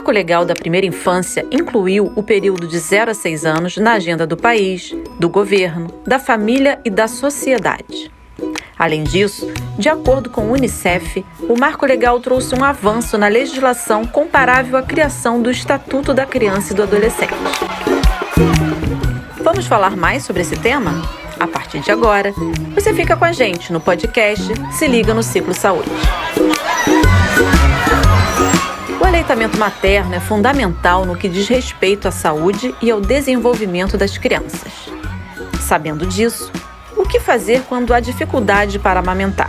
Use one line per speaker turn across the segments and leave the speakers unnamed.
Marco Legal da Primeira Infância incluiu o período de 0 a 6 anos na agenda do país, do governo, da família e da sociedade. Além disso, de acordo com o Unicef, o Marco Legal trouxe um avanço na legislação comparável à criação do Estatuto da Criança e do Adolescente. Vamos falar mais sobre esse tema? A partir de agora, você fica com a gente no podcast Se Liga no Ciclo Saúde. O aleitamento materno é fundamental no que diz respeito à saúde e ao desenvolvimento das crianças. Sabendo disso, o que fazer quando há dificuldade para amamentar?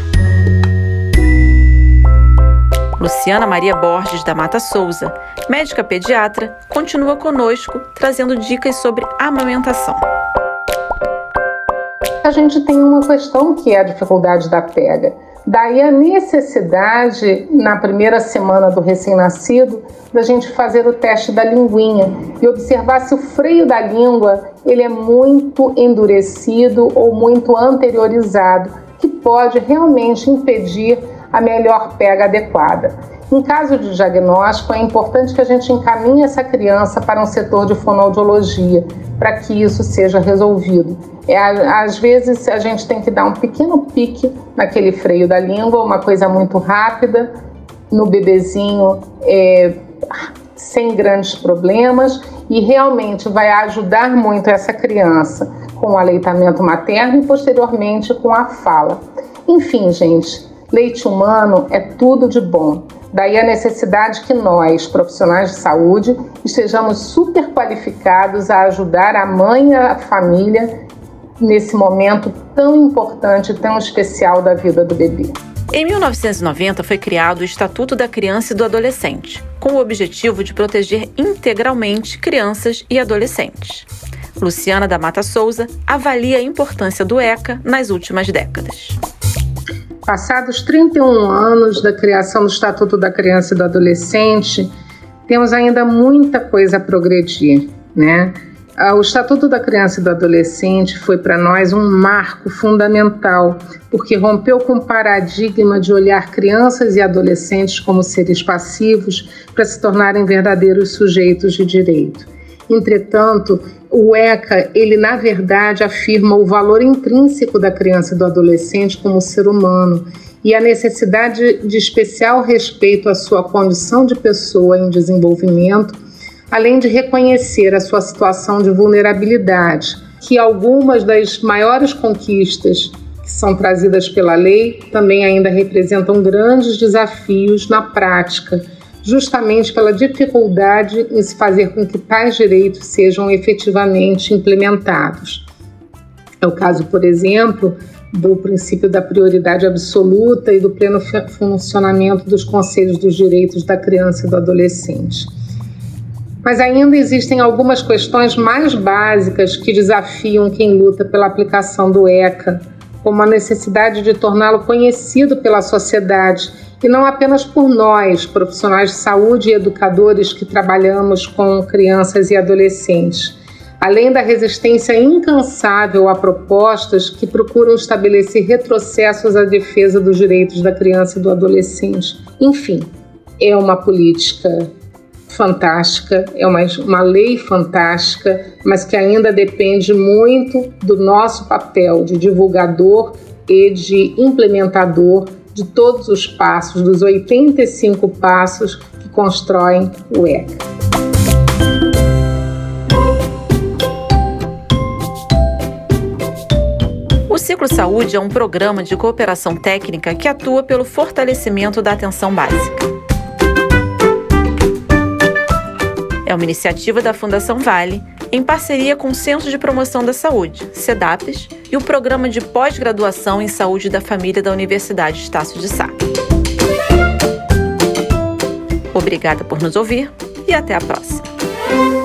Luciana Maria Borges da Mata Souza, médica pediatra, continua conosco trazendo dicas sobre amamentação.
A gente tem uma questão que é a dificuldade da pega. Daí a necessidade, na primeira semana do recém-nascido, da gente fazer o teste da linguinha e observar se o freio da língua ele é muito endurecido ou muito anteriorizado, que pode realmente impedir a melhor pega adequada. Em caso de diagnóstico, é importante que a gente encaminhe essa criança para um setor de fonoaudiologia, para que isso seja resolvido. Às vezes, a gente tem que dar um pequeno pique naquele freio da língua, uma coisa muito rápida, no bebezinho, sem grandes problemas, e realmente vai ajudar muito essa criança com o aleitamento materno e, posteriormente, com a fala. Enfim, gente, leite humano é tudo de bom. Daí a necessidade que nós, profissionais de saúde, estejamos super qualificados a ajudar a mãe e a família nesse momento tão importante e tão especial da vida do bebê.
Em 1990 foi criado o Estatuto da Criança e do Adolescente, com o objetivo de proteger integralmente crianças e adolescentes. Luciana da Mata Souza avalia a importância do ECA nas últimas décadas.
Passados 31 anos da criação do Estatuto da Criança e do Adolescente, temos ainda muita coisa a progredir, né? O Estatuto da Criança e do Adolescente foi para nós um marco fundamental, porque rompeu com o paradigma de olhar crianças e adolescentes como seres passivos para se tornarem verdadeiros sujeitos de direito. Entretanto, o ECA, ele na verdade afirma o valor intrínseco da criança e do adolescente como ser humano e a necessidade de especial respeito à sua condição de pessoa em desenvolvimento, além de reconhecer a sua situação de vulnerabilidade, que algumas das maiores conquistas que são trazidas pela lei também ainda representam grandes desafios na prática, justamente pela dificuldade em se fazer com que tais direitos sejam efetivamente implementados. É o caso, por exemplo, do princípio da prioridade absoluta e do pleno funcionamento dos Conselhos dos Direitos da Criança e do Adolescente. Mas ainda existem algumas questões mais básicas que desafiam quem luta pela aplicação do ECA, como a necessidade de torná-lo conhecido pela sociedade e não apenas por nós, profissionais de saúde e educadores que trabalhamos com crianças e adolescentes, além da resistência incansável a propostas que procuram estabelecer retrocessos à defesa dos direitos da criança e do adolescente. Enfim, é uma política fantástica, é uma lei fantástica, mas que ainda depende muito do nosso papel de divulgador e de implementador de todos os passos, dos 85 passos que constroem o ECA.
O Ciclo Saúde é um programa de cooperação técnica que atua pelo fortalecimento da atenção básica. É uma iniciativa da Fundação Vale, em parceria com o Centro de Promoção da Saúde, CEDAPES, e o Programa de Pós-Graduação em Saúde da Família da Universidade Estácio de Sá. Obrigada por nos ouvir e até a próxima.